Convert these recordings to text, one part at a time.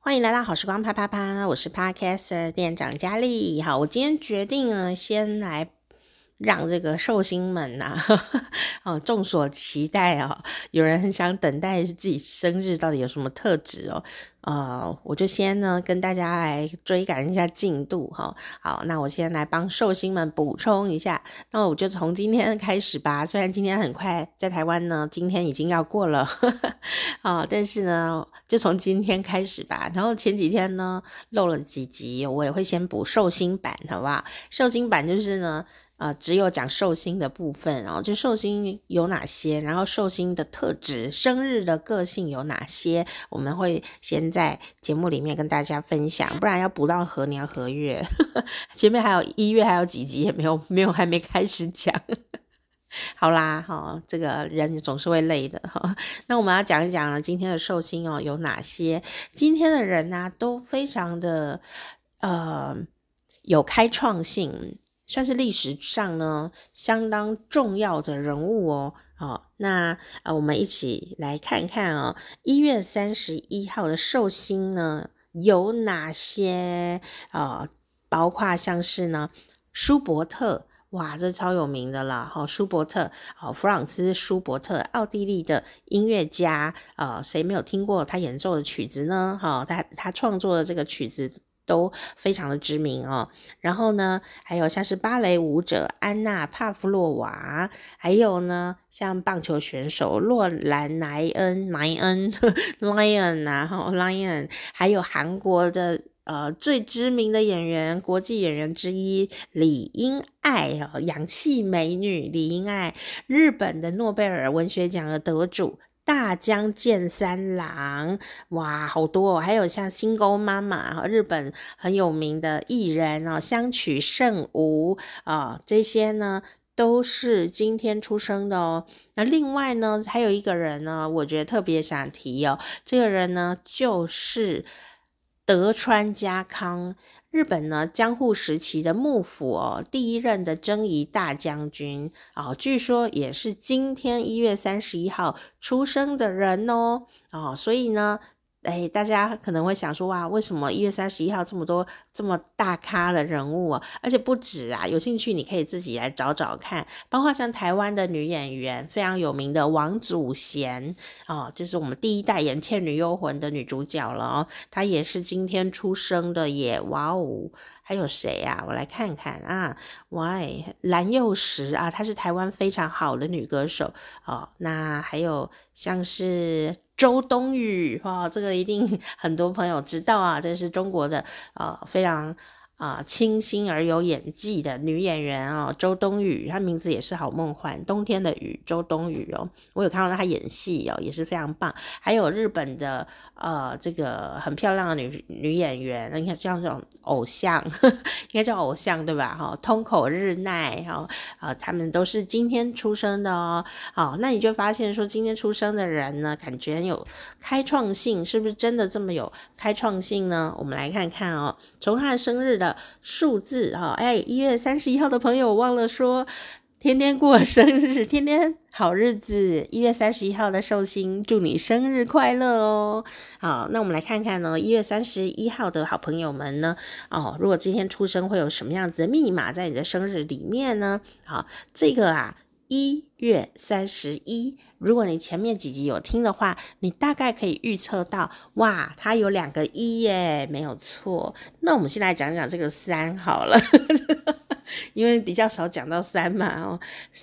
欢迎来到好时光啪啪啪，我是 Podcaster 店长佳丽。好，我今天决定呢，先来让这个寿星们众所期待有人很想等待自己生日到底有什么特质我就先呢跟大家来追赶一下进度好，那我先来帮寿星们补充一下，那我就从今天开始吧。虽然今天很快在台湾呢，今天已经要过了但是呢就从今天开始吧。然后前几天呢漏了几集，我也会先补寿星版，好不好？寿星版就是呢只有讲寿星的部分就寿星有哪些，然后寿星的特质，生日的个性有哪些，我们会先在节目里面跟大家分享，不然要补到何年何月前面还有1月还有几集也还没开始讲好啦这个人总是会累的那我们要讲一讲今天的寿星有哪些。今天的人都非常的有开创性，算是历史上呢相当重要的人物那我们一起来看看1月31号的寿星呢有哪些包括像是呢舒伯特，哇，这超有名的啦舒伯特弗朗兹舒伯特，奥地利的音乐家谁没有听过他演奏的曲子呢他创作的这个曲子都非常的知名然后呢还有像是芭蕾舞者安娜帕夫洛娃，还有呢像棒球选手洛兰莱恩Lion 还有韩国的最知名的演员，国际演员之一李英爱氧气美女李英爱，日本的诺贝尔文学奖的得主大江健三郎，哇，好多还有像新宫妈妈日本很有名的艺人香取慎吾这些呢都是今天出生的那另外呢还有一个人呢我觉得特别想提这个人呢就是德川家康，日本呢江户时期的幕府第一任的征夷大将军据说也是今天1月31号出生的人所以呢大家可能会想说，哇，为什么1月31号这么多这么大咖的人物而且不止有兴趣你可以自己来找找看，包括像台湾的女演员非常有名的王祖贤就是我们第一代演《倩女幽魂》的女主角了她也是今天出生的耶，哇哦！还有谁我来看看蓝又时她是台湾非常好的女歌手那还有像是周冬雨这个一定很多朋友知道这是中国的非常清新而有演技的女演员周冬雨，她名字也是好梦幻，冬天的雨，周冬雨我有看到她演戏也是非常棒。还有日本的这个很漂亮的女演员，应该叫这种偶像应该叫偶像对吧通口日奈他们都是今天出生的那你就发现说今天出生的人呢感觉很有开创性，是不是真的这么有开创性呢？我们来看看从他的生日的数字1月31号的朋友忘了说天天过生日，天天好日子，1月31号的寿星祝你生日快乐好，那我们来看看1月31号的好朋友们呢如果今天出生会有什么样子的密码在你的生日里面呢这个1月31，如果你前面几集有听的话，你大概可以预测到，哇，它有2个1耶，没有错。那我们先来讲讲这个3好了因为比较少讲到3嘛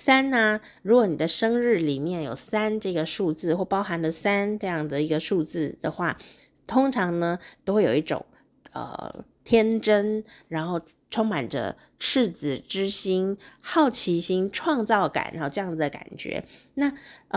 3如果你的生日里面有3这个数字，或包含了3这样的一个数字的话，通常呢都会有一种天真，然后充满着赤子之心、好奇心、创造感这样子的感觉。那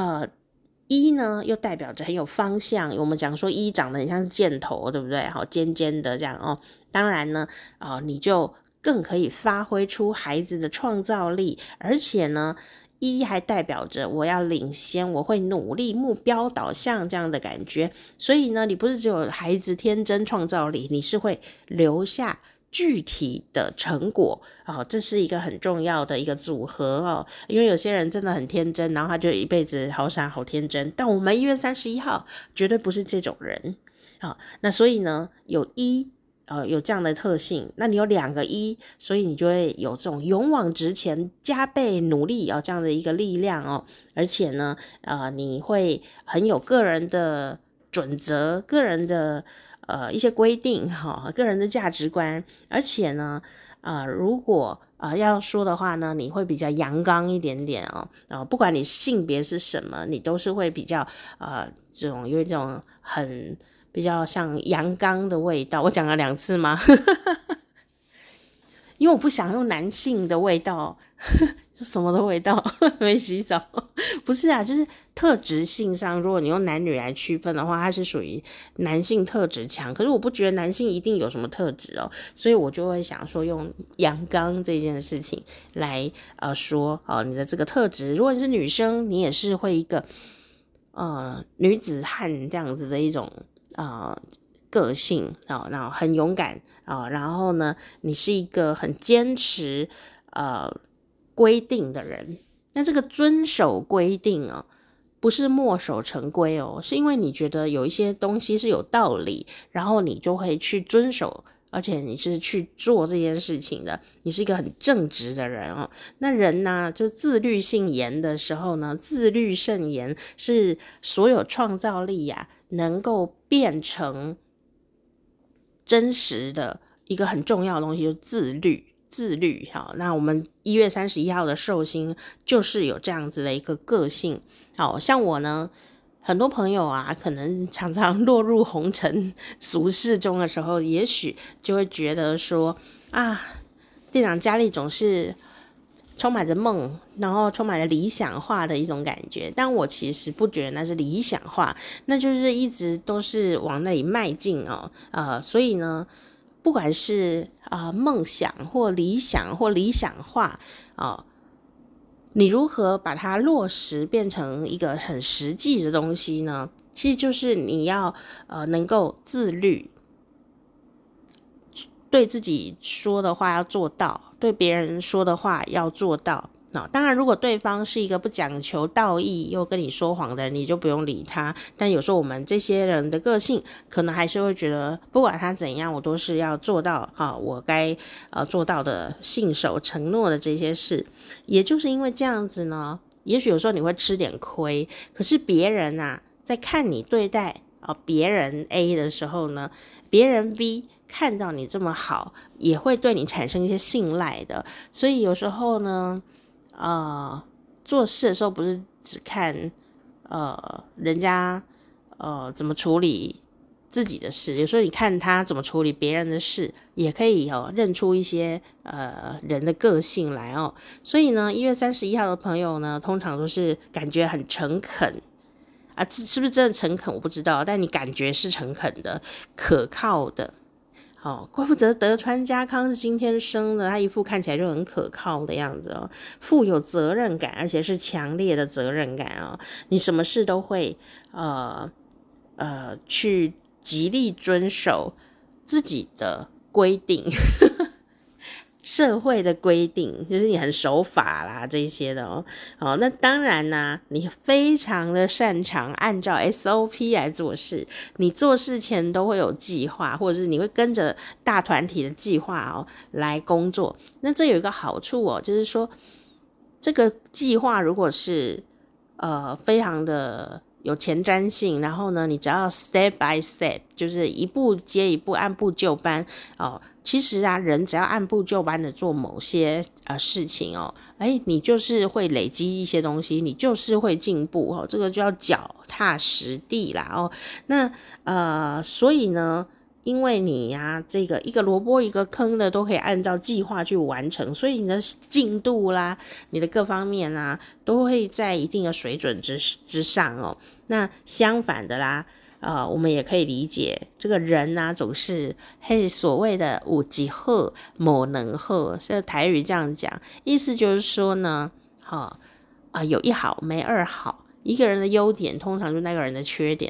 1呢又代表着很有方向，我们讲说1长得很像箭头对不对尖尖的这样当然呢你就更可以发挥出孩子的创造力，而且呢1还代表着我要领先，我会努力，目标导向这样的感觉。所以呢你不是只有孩子天真创造力，你是会留下具体的成果这是一个很重要的一个组合因为有些人真的很天真，然后他就一辈子好傻好天真，但我们1月31号绝对不是这种人那所以呢有有这样的特性，那你有2个1，所以你就会有这种勇往直前、加倍努力这样的一个力量而且呢你会很有个人的准则、个人的一些规定个人的价值观，而且呢如果要说的话呢，你会比较阳刚一点点不管你性别是什么，你都是会比较这种有一种很比较像阳刚的味道。我讲了2次吗？因为我不想用男性的味道就什么的味道没洗澡不是就是特质性上，如果你用男女来区分的话，它是属于男性特质强，可是我不觉得男性一定有什么特质所以我就会想说用阳刚这件事情来说你的这个特质。如果你是女生，你也是会一个女子汉这样子的一种个性然后很勇敢然后呢你是一个很坚持规定的人。那这个遵守规定不是墨守成规是因为你觉得有一些东西是有道理，然后你就会去遵守，而且你是去做这件事情的，你是一个很正直的人那人呢就自律性严的时候呢，自律甚严是所有创造力能够变成真实的一个很重要的东西，就是自律那我们1月31号的寿星就是有这样子的一个个性像我呢，很多朋友可能常常落入红尘俗世中的时候，也许就会觉得说店长佳丽总是充满着梦，然后充满了理想化的一种感觉，但我其实不觉得那是理想化，那就是一直都是往那里迈进所以呢不管是梦想或理想或理想化你如何把它落实变成一个很实际的东西呢？其实就是你要能够自律，对自己说的话要做到，对别人说的话要做到当然如果对方是一个不讲求道义又跟你说谎的人，你就不用理他。但有时候我们这些人的个性可能还是会觉得不管他怎样，我都是要做到我该做到的信守承诺的这些事。也就是因为这样子呢，也许有时候你会吃点亏，可是别人在看你对待别人 A 的时候呢，别人 B 看到你这么好，也会对你产生一些信赖的。所以有时候呢做事的时候不是只看人家怎么处理自己的事，有时候你看他怎么处理别人的事，也可以认出一些人的个性来所以呢1月31号的朋友呢，通常都是感觉很诚恳是不是真的诚恳我不知道，但你感觉是诚恳的、可靠的怪不得德川家康是今天生的，他一副看起来就很可靠的样子富有责任感，而且是强烈的责任感你什么事都会去极力遵守自己的规定社会的规定，就是你很守法啦这些的那当然你非常的擅长按照 SOP 来做事，你做事前都会有计划，或者是你会跟着大团体的计划来工作。那这有一个好处就是说这个计划如果是非常的有前瞻性，然后呢你只要 step by step 就是一步接一步按部就班其实人只要按部就班的做某些事情你就是会累积一些东西，你就是会进步这个就要脚踏实地啦那所以呢因为你这个一个萝卜一个坑的都可以按照计划去完成，所以你的进度啦，你的各方面都会在一定的水准之上那相反的啦我们也可以理解这个人总是所谓的有一好没两好，这台语这样讲，意思就是说呢有一好没二好，一个人的优点通常就是那个人的缺点，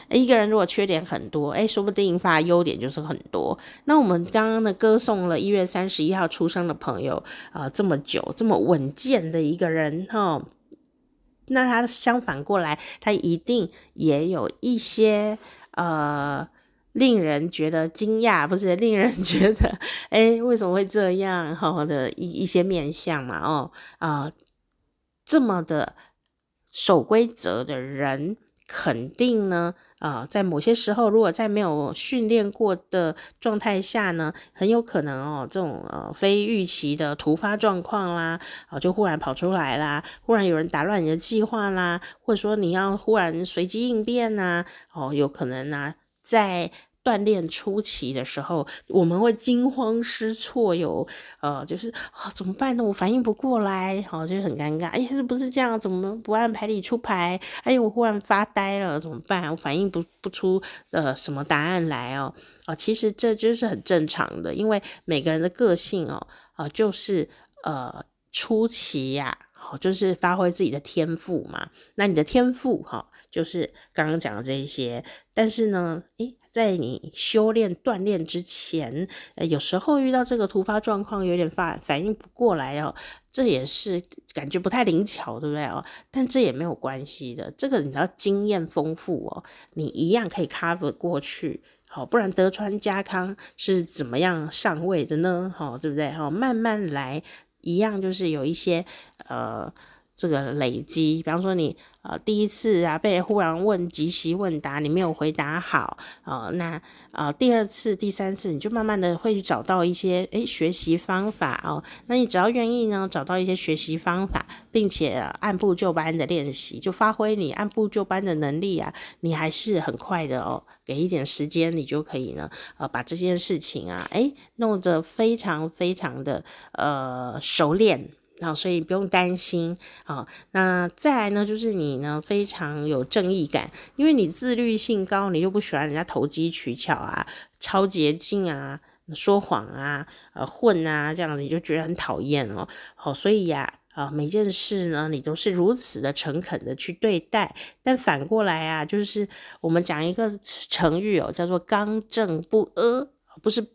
一个人如果缺点很多，说不定他优点就是很多。那我们刚刚呢歌颂了1月31号出生的朋友这么久这么稳健的一个人那他相反过来，他一定也有一些令人觉得惊讶，不是令人觉得为什么会这样的一些面向嘛这么的守规则的人，肯定呢在某些时候如果在没有训练过的状态下呢，很有可能这种非预期的突发状况啦就忽然跑出来啦，忽然有人打乱你的计划啦，或者说你要忽然随机应变啊有可能在锻炼初期的时候，我们会惊慌失措，就是怎么办呢？我反应不过来，就是很尴尬。这不是这样，怎么不按牌理出牌？我忽然发呆了，怎么办？我反应不出什么答案来其实这就是很正常的，因为每个人的个性就是初期呀就是发挥自己的天赋嘛。那你的天赋就是刚刚讲的这一些，但是呢在你修炼锻炼之前有时候遇到这个突发状况有点反应不过来这也是感觉不太灵巧，对不对但这也没有关系的，这个你要经验丰富你一样可以 cover 过去不然德川家康是怎么样上位的呢对不对慢慢来，一样就是有一些这个累积，比方说你第一次被忽然问即席问答，你没有回答好那第二次第三次你就慢慢的会去找到一些学习方法那你只要愿意呢找到一些学习方法，并且按部就班的练习，就发挥你按部就班的能力你还是很快的给一点时间你就可以呢把这件事情弄得非常非常的熟练所以不用担心那再来呢就是你呢非常有正义感，因为你自律性高，你就不喜欢人家投机取巧超捷径说谎混这样子，你就觉得很讨厌所以每件事呢你都是如此的诚恳的去对待。但反过来就是我们讲一个成语叫做刚正不阿，不是不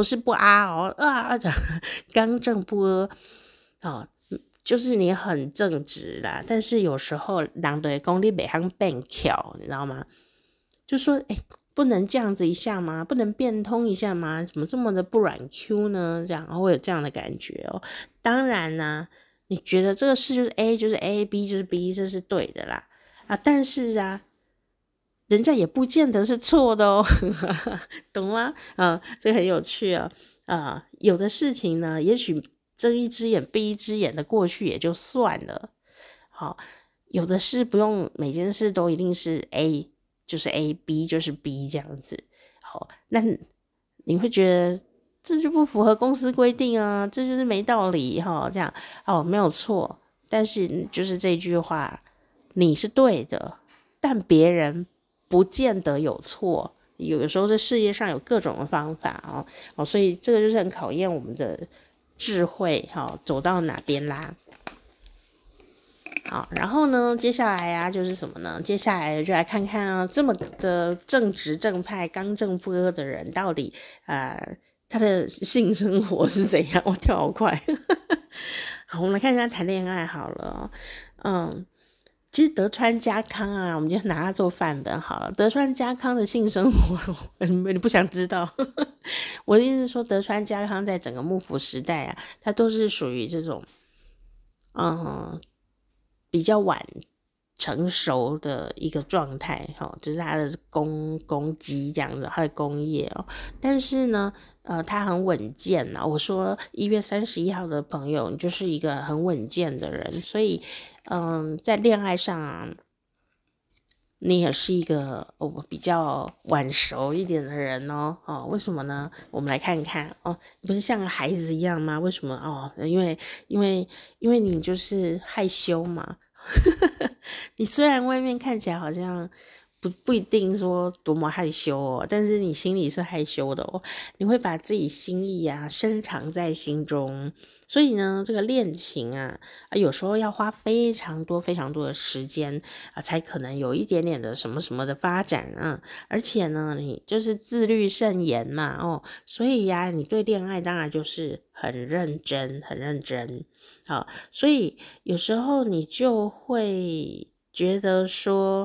刚正不阿就是你很正直啦，但是有时候人就会说你不能变巧，你知道吗？就说不能这样子一下吗？不能变通一下吗？怎么这么的不软 Q 呢？这样会有这样的感觉当然你觉得这个事就是 A 就是 A， B 就是 B， 这是对的啦但是人家也不见得是错的懂吗这个很有趣有的事情呢也许睁一只眼闭一只眼的过去也就算了有的事不用每件事都一定是 A 就是 A， B 就是 B 这样子那你会觉得这就不符合公司规定这就是没道理这样没有错，但是就是这句话你是对的，但别人不见得有错，有的时候在事业上有各种的方法所以这个就是很考验我们的智慧走到哪边啦然后呢接下来就是什么呢？接下来就来看看这么的正直正派刚正不阿的人到底他的性生活是怎样。我跳好快好，我们来看一下谈恋爱好了其实德川家康我们就拿他做范本好了。德川家康的性生活你不想知道我的意思是说德川家康在整个幕府时代他都是属于这种比较晚成熟的一个状态就是他的功绩这样子，他的功业但是呢他很稳健我说1月31号的朋友你就是一个很稳健的人，所以在恋爱上你也是一个比较晚熟一点的人为什么呢？我们来看看不是像个孩子一样吗？为什么因为你就是害羞嘛你虽然外面看起来好像不一定说多么害羞哦，但是你心里是害羞的哦，你会把自己心意啊深藏在心中。所以呢，这个恋情啊，有时候要花非常多非常多的时间啊，才可能有一点点的什么什么的发展啊。而且呢，你就是自律慎言嘛，哦，所以呀，你对恋爱当然就是很认真，很认真。好，所以有时候你就会觉得说，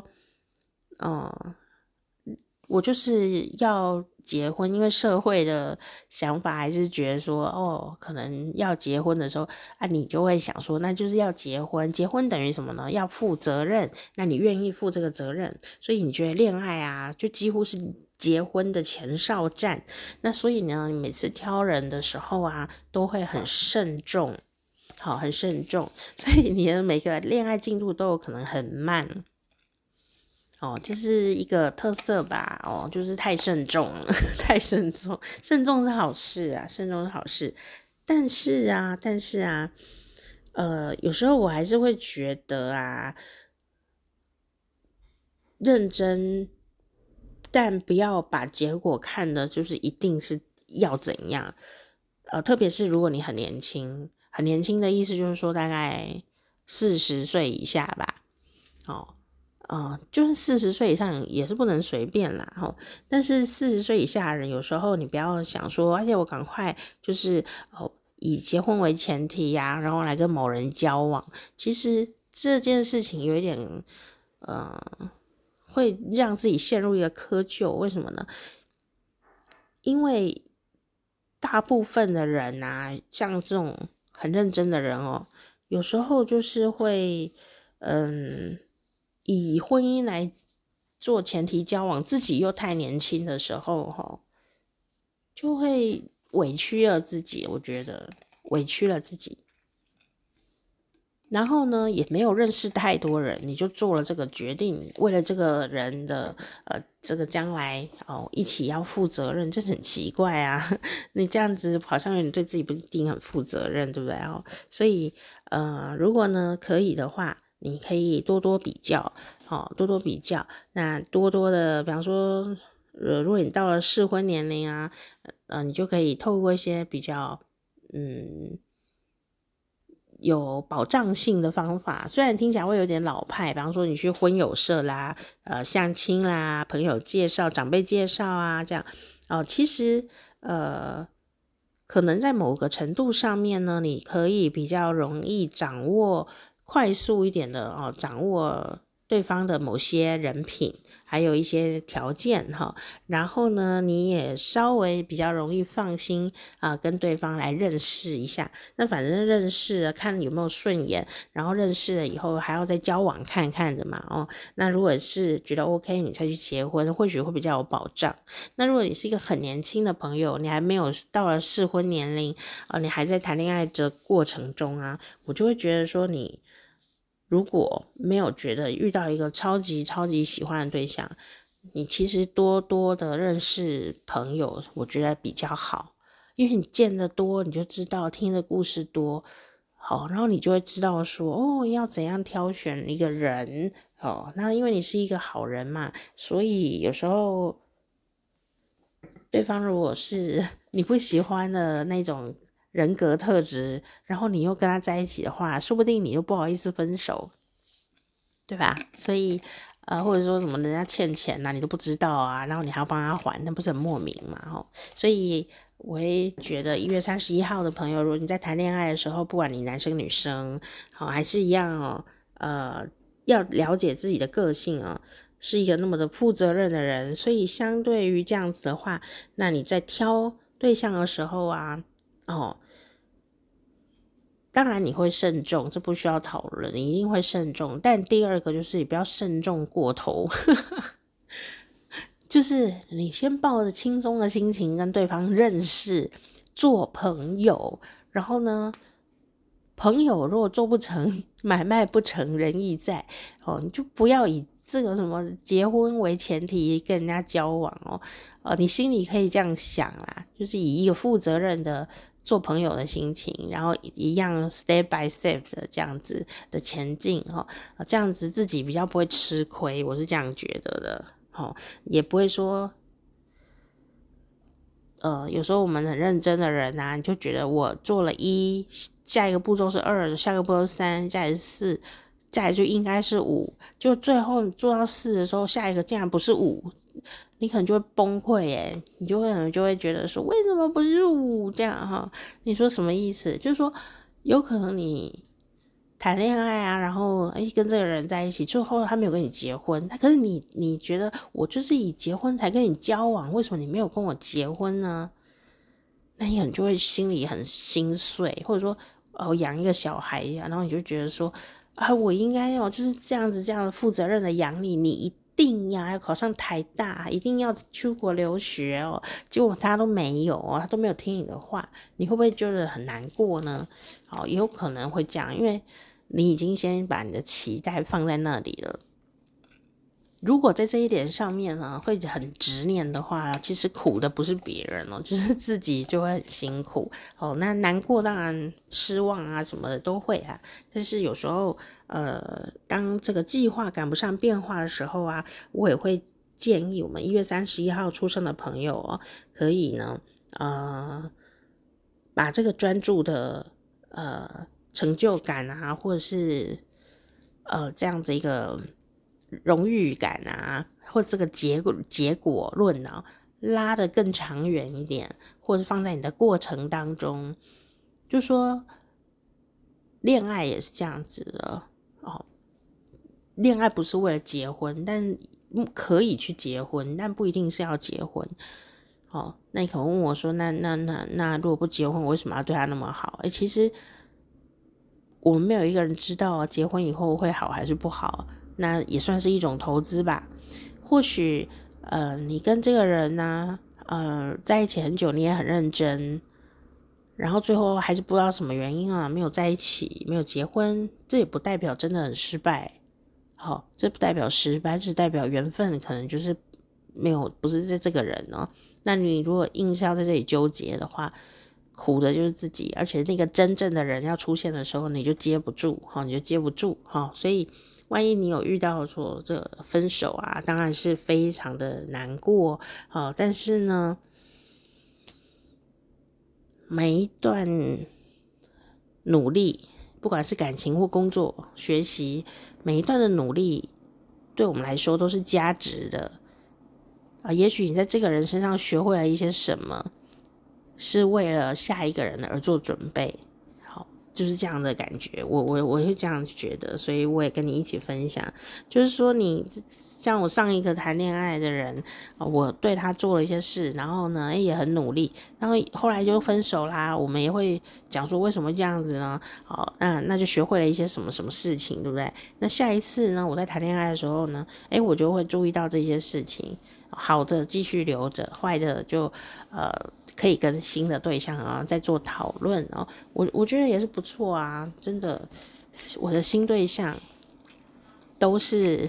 我就是要结婚，因为社会的想法还是觉得说，可能要结婚的时候啊，你就会想说，那就是要结婚，结婚等于什么呢？要负责任，那你愿意负这个责任，所以你觉得恋爱啊，就几乎是结婚的前哨战。那所以呢，你每次挑人的时候啊，都会很慎重，好，很慎重，所以你的每个恋爱进度都有可能很慢。这是一个特色吧，就是太慎重了，太慎重，慎重是好事啊，慎重是好事。但是啊，有时候我还是会觉得啊，认真，但不要把结果看的就是一定是要怎样。特别是如果你很年轻，很年轻的意思就是说大概40岁以下吧，就是40岁以上也是不能随便啦，但是40岁以下的人，有时候你不要想说，而且我赶快就是以结婚为前提呀，然后来跟某人交往。其实这件事情有一点，会让自己陷入一个窠臼。为什么呢？因为大部分的人啊，像这种很认真的人有时候就是会，以婚姻来做前提交往，自己又太年轻的时候，就会委屈了自己，我觉得委屈了自己。然后呢，也没有认识太多人，你就做了这个决定，为了这个人的这个将来一起要负责任，这是很奇怪啊！你这样子好像你对自己不一定很负责任，对不对？所以如果呢可以的话，你可以多多比较，多多比较，那多多的，比方说，如果你到了适婚年龄啊，你就可以透过一些比较有保障性的方法，虽然听起来会有点老派，比方说你去婚友社啦、相亲啦、朋友介绍、长辈介绍啊，这样其实可能在某个程度上面呢，你可以比较容易掌握、快速一点的掌握对方的某些人品，还有一些条件然后呢，你也稍微比较容易放心跟对方来认识一下。那反正认识了，看有没有顺眼，然后认识了以后还要再交往看看的嘛那如果是觉得 OK， 你才去结婚，或许会比较有保障。那如果你是一个很年轻的朋友，你还没有到了适婚年龄你还在谈恋爱的过程中啊，我就会觉得说你如果没有觉得遇到一个超级超级喜欢的对象，你其实多多的认识朋友，我觉得比较好，因为你见得多，你就知道听的故事多，好，然后你就会知道说要怎样挑选一个人那因为你是一个好人嘛，所以有时候对方如果是你不喜欢的那种人格特质，然后你又跟他在一起的话，说不定你又不好意思分手，对吧？所以或者说什么人家欠钱你都不知道啊，然后你还要帮他还，那不是很莫名嘛所以我会觉得1月31号的朋友，如果你在谈恋爱的时候，不管你男生女生还是一样要了解自己的个性是一个那么的负责任的人，所以相对于这样子的话，那你在挑对象的时候当然你会慎重，这不需要讨论，你一定会慎重。但第二个就是你不要慎重过头，就是你先抱着轻松的心情跟对方认识、做朋友，然后呢，朋友如果做不成，买卖不成仁义在你就不要以这个什么结婚为前提跟人家交往你心里可以这样想啦，就是以一个负责任的做朋友的心情，然后一样 step by step 的这样子的前进这样子自己比较不会吃亏，我是这样觉得的。 也不会说有时候我们很认真的人啊，你就觉得我做了1，下一个步骤是2，下一个步骤是3，下一个是4，再来就应该是5，就最后你做到4的时候，下一个竟然不是5，你可能就会崩溃耶，你可能就会觉得说为什么不是5这样你说什么意思？就是说有可能你谈恋爱啊，然后跟这个人在一起，最后他没有跟你结婚，可是你觉得我就是以结婚才跟你交往，为什么你没有跟我结婚呢？那你可能就会心里很心碎，或者说养一个小孩然后你就觉得说我应该就是这样子负责任的养你，你一定要考上台大，一定要出国留学结果他都没有他都没有听你的话，你会不会觉得很难过呢？也有可能会这样，因为你已经先把你的期待放在那里了。如果在这一点上面呢会很执念的话，其实苦的不是别人就是自己就会很辛苦那难过当然失望啊什么的都会但是有时候当这个计划赶不上变化的时候啊，我也会建议我们1月31号出生的朋友可以呢把这个专注的成就感啊，或者是这样子一个荣誉感啊，或这个结果论拉得更长远一点，或者放在你的过程当中，就说恋爱也是这样子的恋爱不是为了结婚，但可以去结婚，但不一定是要结婚那你可能问我说那如果不结婚，我为什么要对他那么好？其实我们没有一个人知道结婚以后会好还是不好，那也算是一种投资吧。或许你跟这个人呢在一起很久，你也很认真，然后最后还是不知道什么原因没有在一起，没有结婚，这也不代表真的很失败这不代表失败，只代表缘分可能就是不是在这个人那你如果硬是要在这里纠结的话，苦的就是自己，而且那个真正的人要出现的时候，你就接不住所以万一你有遇到说这分手啊，当然是非常的难过但是呢，每一段努力，不管是感情或工作、学习，每一段的努力对我们来说都是价值的也许你在这个人身上学会了一些什么，是为了下一个人而做准备就是这样的感觉，我会这样觉得，所以我也跟你一起分享，就是说你像我上一个谈恋爱的人我对他做了一些事，然后呢也很努力，然后后来就分手啦，我们也会讲说为什么这样子呢那就学会了一些什么什么事情，对不对？那下一次呢我在谈恋爱的时候呢我就会注意到这些事情，好的继续留着，坏的就可以跟新的对象再做讨论我觉得也是不错真的，我的新对象都是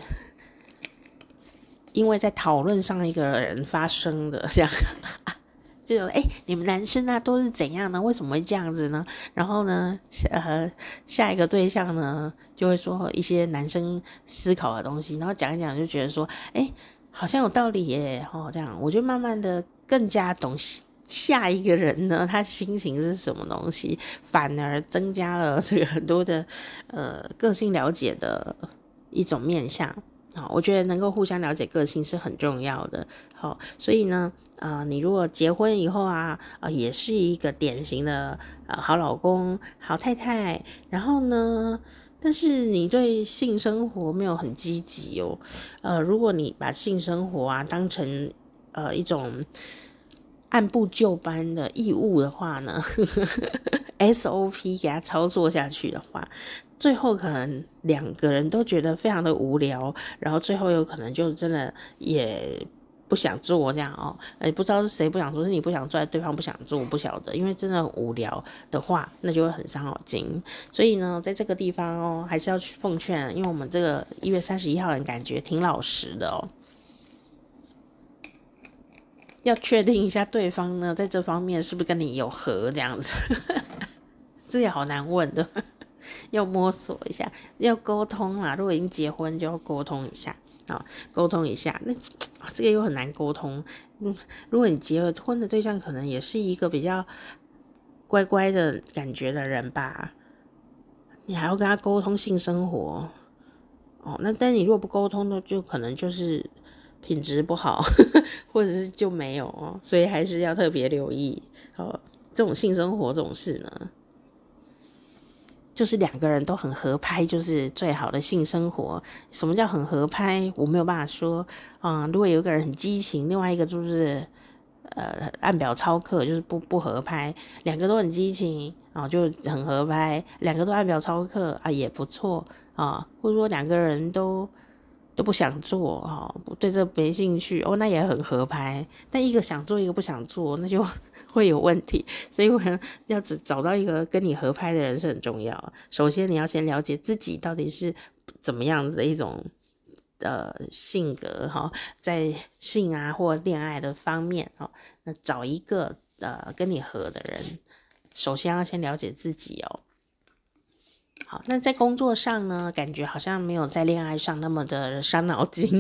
因为在讨论上一个人发生的，这样就你们男生都是怎样呢？为什么会这样子呢？然后呢下一个对象呢就会说一些男生思考的东西，然后讲一讲就觉得说好像有道理耶这样我就慢慢的更加懂下一个人呢他心情是什么东西，反而增加了这个很多的个性了解的一种面向我觉得能够互相了解个性是很重要的所以呢你如果结婚以后也是一个典型的好老公好太太，然后呢但是你对性生活没有很积极如果你把性生活当成一种按部就班的义务的话呢SOP 给他操作下去的话，最后可能2个人都觉得非常的无聊，然后最后有可能就真的也不想做这样不知道是谁不想做，是你不想做还是对方不想做，我不晓得，因为真的很无聊的话那就会很伤脑筋。所以呢在这个地方还是要去奉劝，因为我们这个1月31号人感觉挺老实的要确定一下对方呢在这方面是不是跟你有合这样子这也好难问的要摸索一下，要沟通如果已经结婚就要沟通一下沟通一下，那这个又很难沟通。如果你结了婚的对象可能也是一个比较乖乖的感觉的人吧，你还要跟他沟通性生活那但你如果不沟通的，就可能就是品质不好或者是就没有所以还是要特别留意这种性生活这种事呢，就是两个人都很合拍，就是最好的性生活。什么叫很合拍？我没有办法说如果有一个人很激情，另外一个就是按表操课，就是不合拍。两个都很激情就很合拍，两个都按表操课也不错或者说两个人都不想做对这没兴趣那也很合拍。但一个想做，一个不想做，那就会有问题。所以我要找到一个跟你合拍的人是很重要。首先你要先了解自己到底是怎么样的一种性格在性或恋爱的方面那找一个跟你合的人，首先要先了解自己好，那在工作上呢，感觉好像没有在恋爱上那么的伤脑筋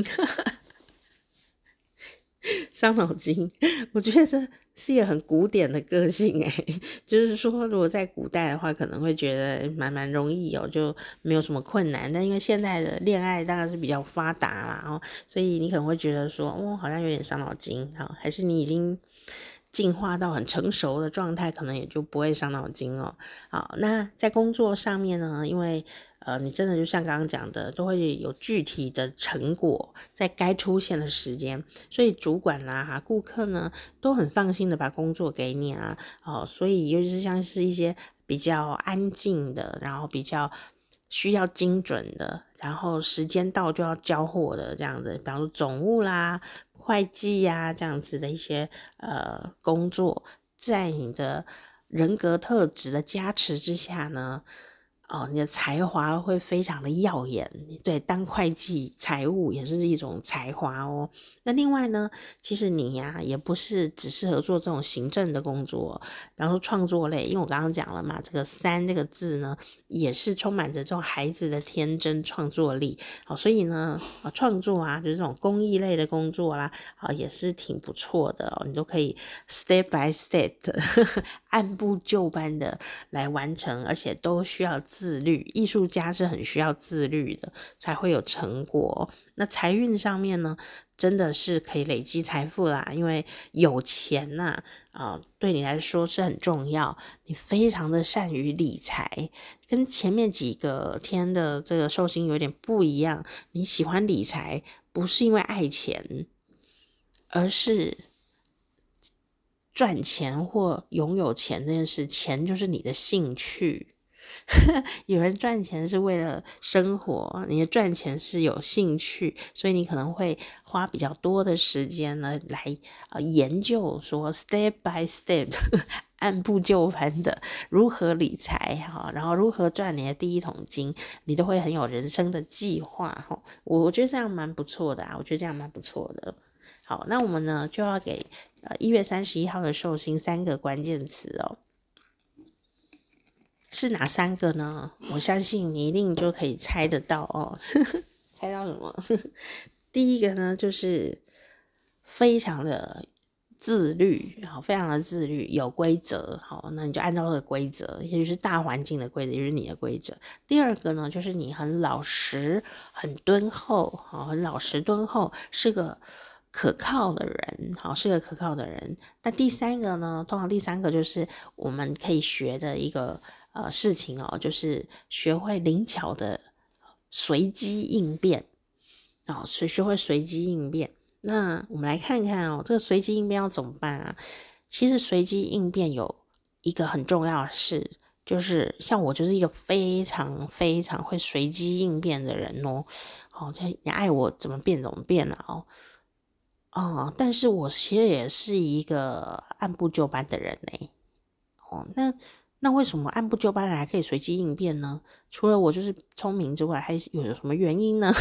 伤脑筋，我觉得这是一个很古典的个性就是说如果在古代的话可能会觉得蛮容易就没有什么困难，但因为现在的恋爱当然是比较发达啦所以你可能会觉得说好像有点伤脑筋还是你已经进化到很成熟的状态，可能也就不会伤脑筋好，那在工作上面呢，因为你真的就像刚刚讲的，都会有具体的成果在该出现的时间，所以主管啦顾客呢都很放心的把工作给你所以尤其是像是一些比较安静的，然后比较需要精准的，然后时间到就要交货的这样子，比方说总务啦、会计这样子的一些工作，在你的人格特质的加持之下呢你的才华会非常的耀眼。对，当会计财务也是一种才华那另外呢，其实你也不是只适合做这种行政的工作，比方说创作类，因为我刚刚讲了嘛，这个3这个字呢也是充满着这种孩子的天真创作力所以呢创作就是这种公益类的工作啦也是挺不错的你都可以 step by step 按部就班的来完成，而且都需要自律。艺术家是很需要自律的，才会有成果那财运上面呢，真的是可以累积财富啦，因为有钱对你来说是很重要，你非常的善于理财，跟前面几个天的这个寿星有点不一样。你喜欢理财不是因为爱钱，而是赚钱或拥有钱这件事，钱就是你的兴趣有人赚钱是为了生活，你的赚钱是有兴趣，所以你可能会花比较多的时间呢来研究说 step by step 按部就班的如何理财然后如何赚你的第一桶金，你都会很有人生的计划我觉得这样蛮不错的我觉得这样蛮不错的。好，那我们呢就要给1月31号的寿星3个关键词是哪3个呢？我相信你一定就可以猜得到猜到什么？第一个呢，就是非常的自律，非常的自律，有规则，那你就按照这个规则，也就是大环境的规则，也就是你的规则。第二个呢，就是你很老实，很敦厚，很老实敦厚，是个可靠的人，是个可靠的人。那第3个呢，通常第3个就是我们可以学的一个事情就是学会灵巧的随机应变学会随机应变。那我们来看看这个随机应变要怎么办其实随机应变有一个很重要的事，就是像我就是一个非常非常会随机应变的人你爱我怎么变怎么变了但是我其实也是一个按部就班的人那为什么按部就班还可以随机应变呢？除了我就是聪明之外，还有什么原因呢？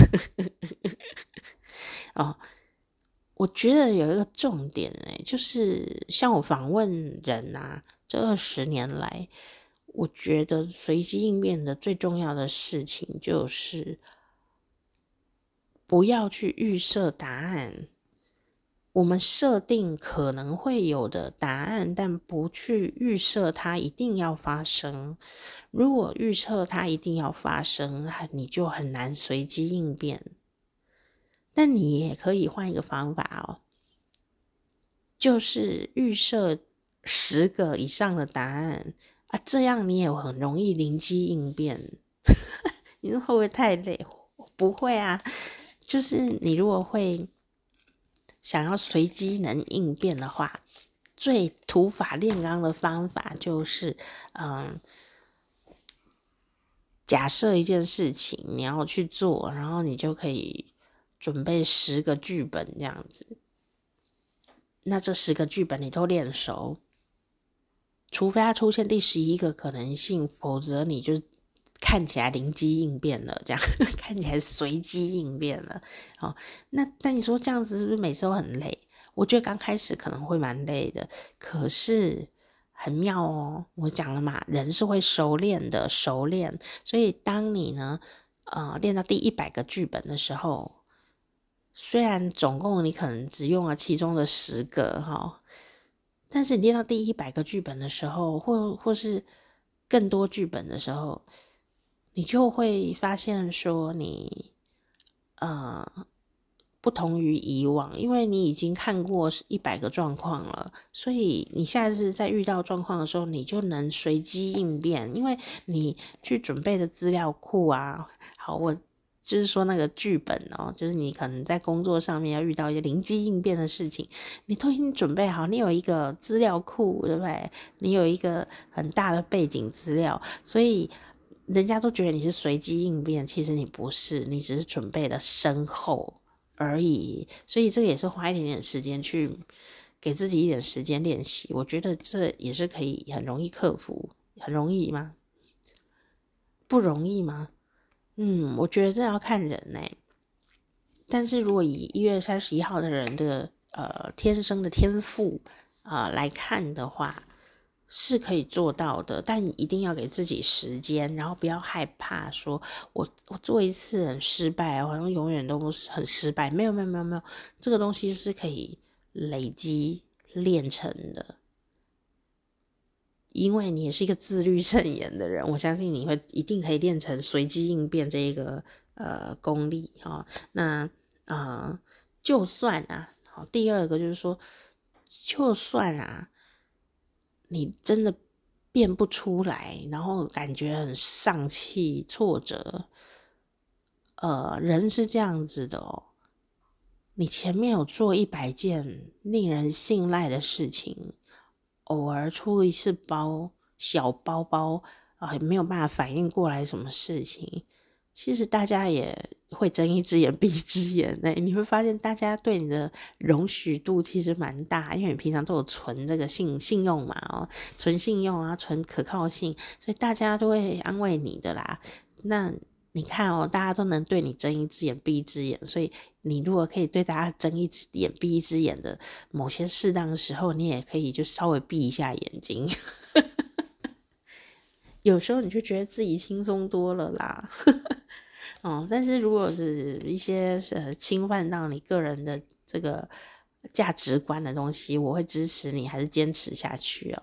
我觉得有一个重点就是像我访问人这20年来，我觉得随机应变的最重要的事情就是不要去预设答案， 我们设定可能会有的答案，但不去预设它一定要发生。如果预测它一定要发生，你就很难随机应变。但你也可以换一个方法哦，就是预设10个以上的答案啊，这样你也很容易灵机应变。你说会不会太累？不会啊，就是你如果会想要随机能应变的话，最土法炼钢的方法就是，假设一件事情你要去做，然后你就可以准备10个剧本这样子。那这10个剧本你都练熟，除非它出现第11个可能性，否则你就看起来灵机应变了，这样看起来随机应变了。那你说这样子是不是每次都很累？我觉得刚开始可能会蛮累的，可是很妙哦。我讲了嘛，人是会熟练的，熟练。所以当你呢，练到第100个剧本的时候，虽然总共你可能只用了其中的10个但是你练到第100个剧本的时候，或是更多剧本的时候，你就会发现说你不同于以往，因为你已经看过100个状况了，所以你下次在遇到状况的时候，你就能随机应变，因为你去准备的资料库啊，好，我就是说那个剧本就是你可能在工作上面要遇到一些灵机应变的事情，你都已经准备好，你有一个资料库，对不对？你有一个很大的背景资料，所以人家都觉得你是随机应变，其实你不是，你只是准备的深厚而已。所以这个也是花一点点时间去给自己一点时间练习，我觉得这也是可以很容易克服。很容易吗？不容易吗？我觉得这要看人但是如果以1月31号的人的天生的天赋来看的话，是可以做到的，但一定要给自己时间，然后不要害怕说我做一次很失败，好像永远都很失败。没有，这个东西是可以累积练成的。因为你也是一个自律甚严的人，我相信你会一定可以练成随机应变这一个功力那就算好，第二个就是说，就算你真的变不出来，然后感觉很丧气、挫折，人是这样子的你前面有做100件令人信赖的事情，偶尔出一次小包包没有办法反应过来什么事情，其实大家也会睁一只眼闭一只眼你会发现大家对你的容许度其实蛮大，因为你平常都有存这个信用嘛存信用存可靠性，所以大家都会安慰你的啦。那你看大家都能对你睁一只眼闭一只眼，所以你如果可以对大家睁一只眼闭一只眼的某些适当的时候，你也可以就稍微闭一下眼睛有时候你就觉得自己轻松多了啦但是如果是一些侵犯到你个人的这个价值观的东西，我会支持你还是坚持下去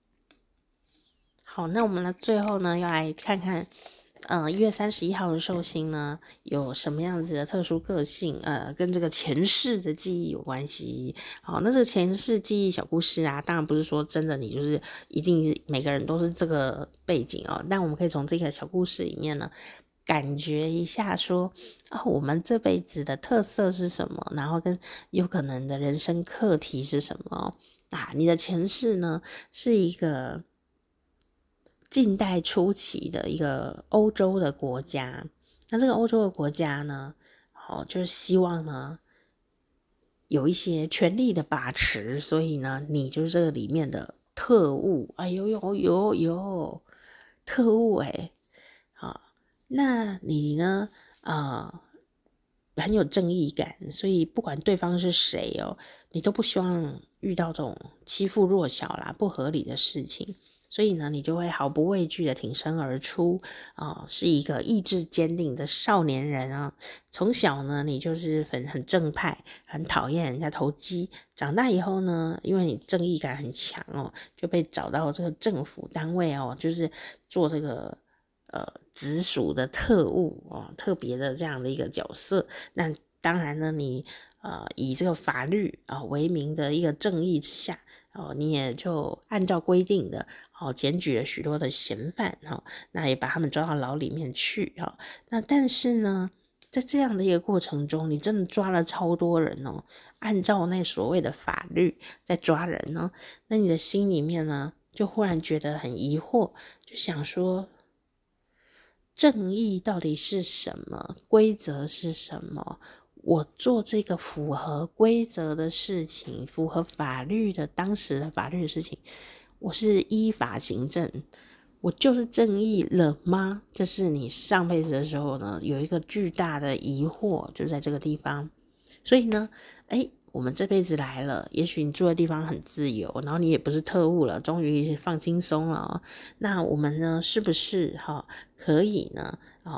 好，那我们最后呢，要来看看1月31号的寿星呢，有什么样子的特殊个性？跟这个前世的记忆有关系。好，那这个前世记忆小故事当然不是说真的，你就是一定每个人都是这个背景但我们可以从这个小故事里面呢，感觉一下说我们这辈子的特色是什么，然后跟有可能的人生课题是什么你的前世呢，是一个近代初期的一个欧洲的国家，那这个欧洲的国家呢，就是希望呢有一些权力的把持，所以呢，你就是这个里面的特务，有特务好，那你呢很有正义感，所以不管对方是谁你都不希望遇到这种欺负弱小啦、不合理的事情。 所以呢，你就会毫不畏惧的挺身而出是一个意志坚定的少年人啊。从小呢，你就是很正派，很讨厌人家投机。长大以后呢，因为你正义感很强就被找到这个政府单位就是做这个直属的特务特别的这样的一个角色。那当然呢，你以这个法律为名的一个正义之下你也就按照规定的检举了许多的嫌犯那也把他们抓到牢里面去那但是呢，在这样的一个过程中，你真的抓了超多人按照那所谓的法律在抓人那你的心里面呢，就忽然觉得很疑惑，就想说，正义到底是什么？规则是什么？我做这个符合规则的事情，符合法律的当时的法律的事情，我是依法行政，我就是正义了吗？这是你上辈子的时候呢，有一个巨大的疑惑，就在这个地方。所以呢，我们这辈子来了，也许你住的地方很自由，然后你也不是特务了，终于放轻松了那我们呢，是不是可以呢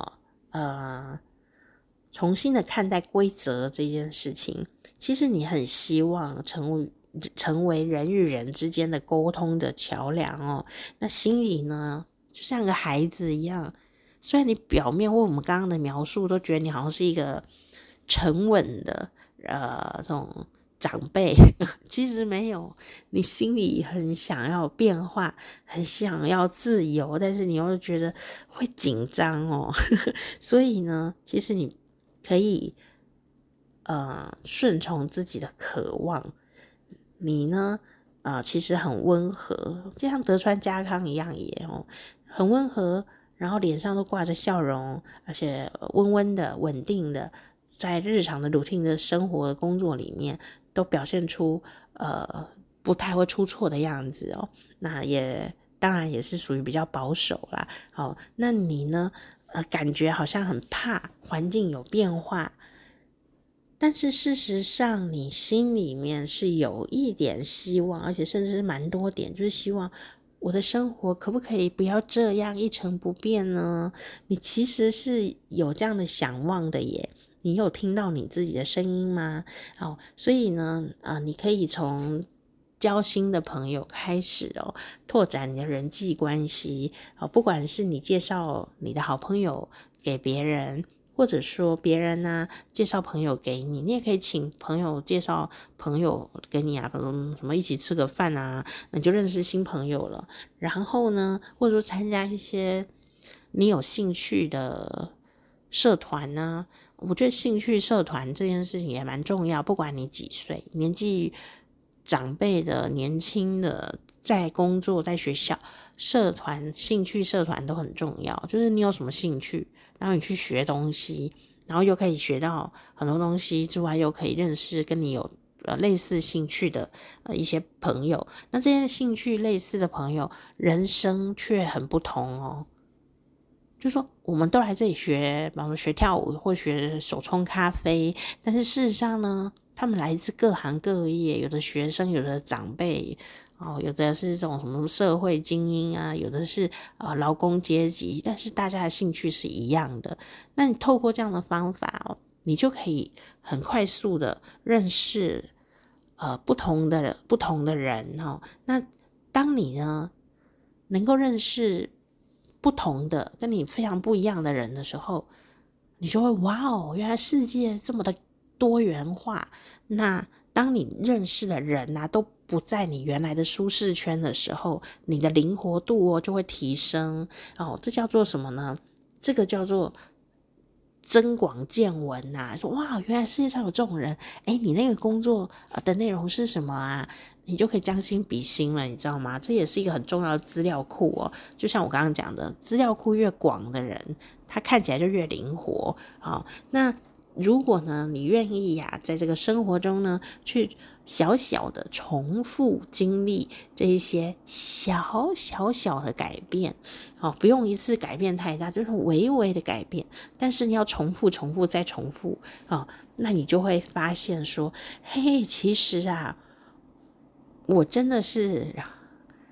重新的看待规则这件事情？其实你很希望成为人与人之间的沟通的桥梁那心里呢，就像个孩子一样，虽然你表面为我们刚刚的描述都觉得你好像是一个沉稳的这种长辈其实没有，你心里很想要变化，很想要自由，但是你又觉得会紧张所以呢，其实你可以顺从自己的渴望，你呢其实很温和，就像德川家康一样也很温和，然后脸上都挂着笑容，而且温温的稳定的，在日常的 routine 的生活的工作里面都表现出不太会出错的样子那也当然也是属于比较保守啦那你呢感觉好像很怕环境有变化，但是事实上你心里面是有一点希望，而且甚至是蛮多点，就是希望我的生活可不可以不要这样一成不变呢？你其实是有这样的想望的耶，你有听到你自己的声音吗？所以呢你可以从交新的朋友开始拓展你的人际关系不管是你介绍你的好朋友给别人，或者说别人呢介绍朋友给你，你也可以请朋友介绍朋友给你什么一起吃个饭那你就认识新朋友了。然后呢，或者说参加一些你有兴趣的社团我觉得兴趣社团这件事情也蛮重要，不管你几岁，年纪长辈的、年轻的，在工作、在学校，社团、兴趣社团都很重要。就是你有什么兴趣，然后你去学东西，然后又可以学到很多东西之外，又可以认识跟你有类似兴趣的一些朋友。那这些兴趣类似的朋友，人生却很不同就说我们都来这里学，比方说学跳舞或学手冲咖啡，但是事实上呢，他们来自各行各业，有的学生，有的长辈有的是这种什么社会精英有的是劳工阶级，但是大家的兴趣是一样的。那你透过这样的方法你就可以很快速的认识不同的人那当你呢能够认识不同的跟你非常不一样的人的时候，你就会哇原来世界这么的多元化。那当你认识的人都不在你原来的舒适圈的时候，你的灵活度就会提升这叫做什么呢？这个叫做增广见闻说哇原来世界上有这种人你那个工作的内容是什么你就可以将心比心了，你知道吗？这也是一个很重要的资料库就像我刚刚讲的，资料库越广的人，他看起来就越灵活那如果呢你愿意在这个生活中呢去小小的重复经历这一些小的改变不用一次改变太大，就是微微的改变，但是你要重复再重复那你就会发现说嘿其实我真的是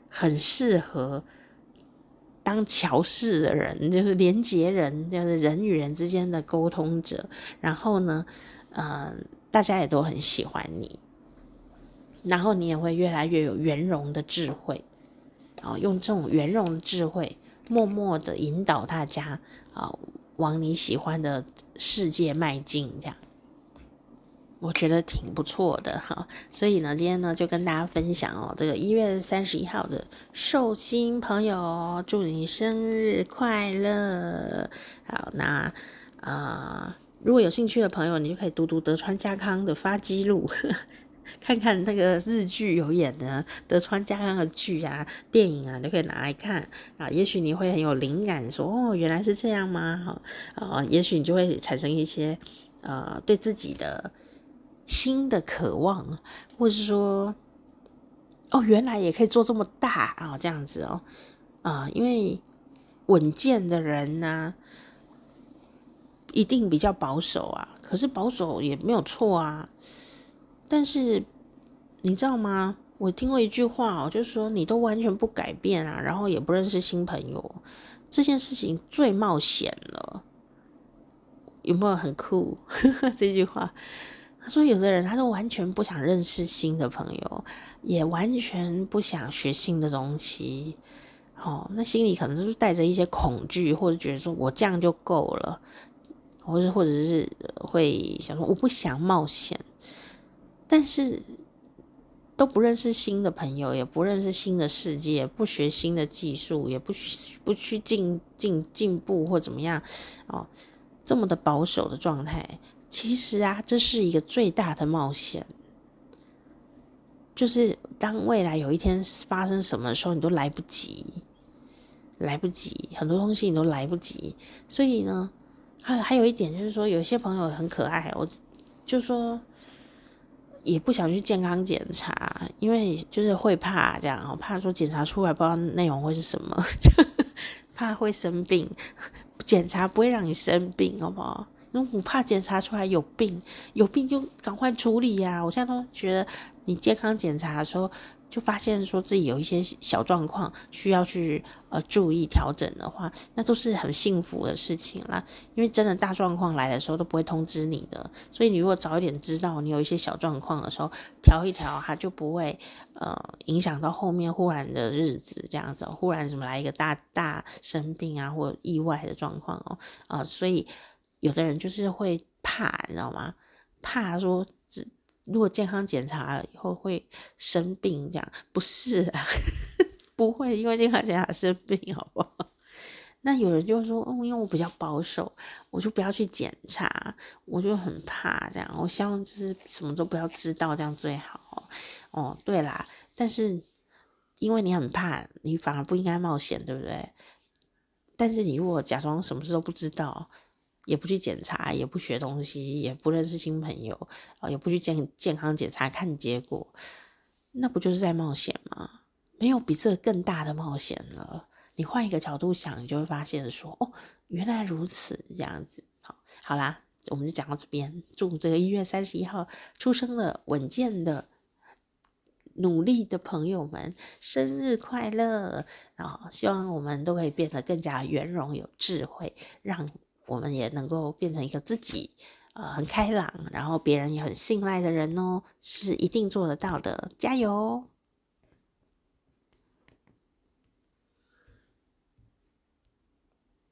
很适合当桥事的人，就是连结人，就是人与人之间的沟通者。然后呢，大家也都很喜欢你，然后你也会越来越有圆融的智慧，用这种圆融的智慧，默默的引导大家往你喜欢的世界迈进，这样。我觉得挺不错的哈，所以呢，今天呢就跟大家分享这个1月31号的寿星朋友，祝你生日快乐。好，那如果有兴趣的朋友，你就可以读德川家康的发迹录，看看那个日剧有演的德川家康的剧啊、电影啊，就可以拿来看也许你会很有灵感，说原来是这样吗？也许你就会产生一些对自己的新的渴望，或是说原来也可以做这么大这样子因为稳健的人呢一定比较保守可是保守也没有错但是你知道吗？我听过一句话就是说你都完全不改变然后也不认识新朋友，这件事情最冒险了。有没有很酷这句话？他说有的人他都完全不想认识新的朋友，也完全不想学新的东西那心里可能就是带着一些恐惧，或者觉得说我这样就够了，或者是会想说我不想冒险，但是都不认识新的朋友，也不认识新的世界，不学新的技术，也不去进步或怎么样这么的保守的状态，其实这是一个最大的冒险。就是当未来有一天发生什么的时候，你都来不及，很多东西你都来不及。所以呢，还有一点就是说，有些朋友很可爱，我就说也不想去健康检查，因为就是会怕这样怕说检查出来不知道内容会是什么，怕会生病。检查不会让你生病，好不好？我怕检查出来有病就赶快处理我现在都觉得，你健康检查的时候，就发现说自己有一些小状况需要去注意调整的话，那都是很幸福的事情啦。因为真的大状况来的时候都不会通知你的，所以你如果早一点知道你有一些小状况的时候，调一调，它就不会影响到后面忽然的日子这样子忽然什么来一个大生病或意外的状况所以有的人就是会怕，你知道吗？怕说如果健康检查了以后会生病这样，不是不会因为健康检查生病，好不好？那有人就说因为我比较保守，我就不要去检查，我就很怕这样，我希望就是什么都不要知道，这样最好对啦，但是因为你很怕，你反而不应该冒险，对不对？但是你如果假装什么事都不知道，也不去检查，也不学东西，也不认识新朋友也不去健康检查看结果，那不就是在冒险吗？没有比这个更大的冒险了。你换一个角度想，你就会发现说原来如此，这样子好啦，我们就讲到这边。祝这个1月31号出生的稳健的努力的朋友们生日快乐希望我们都可以变得更加圆融有智慧，让我们也能够变成一个自己很开朗，然后别人也很信赖的人是一定做得到的，加油。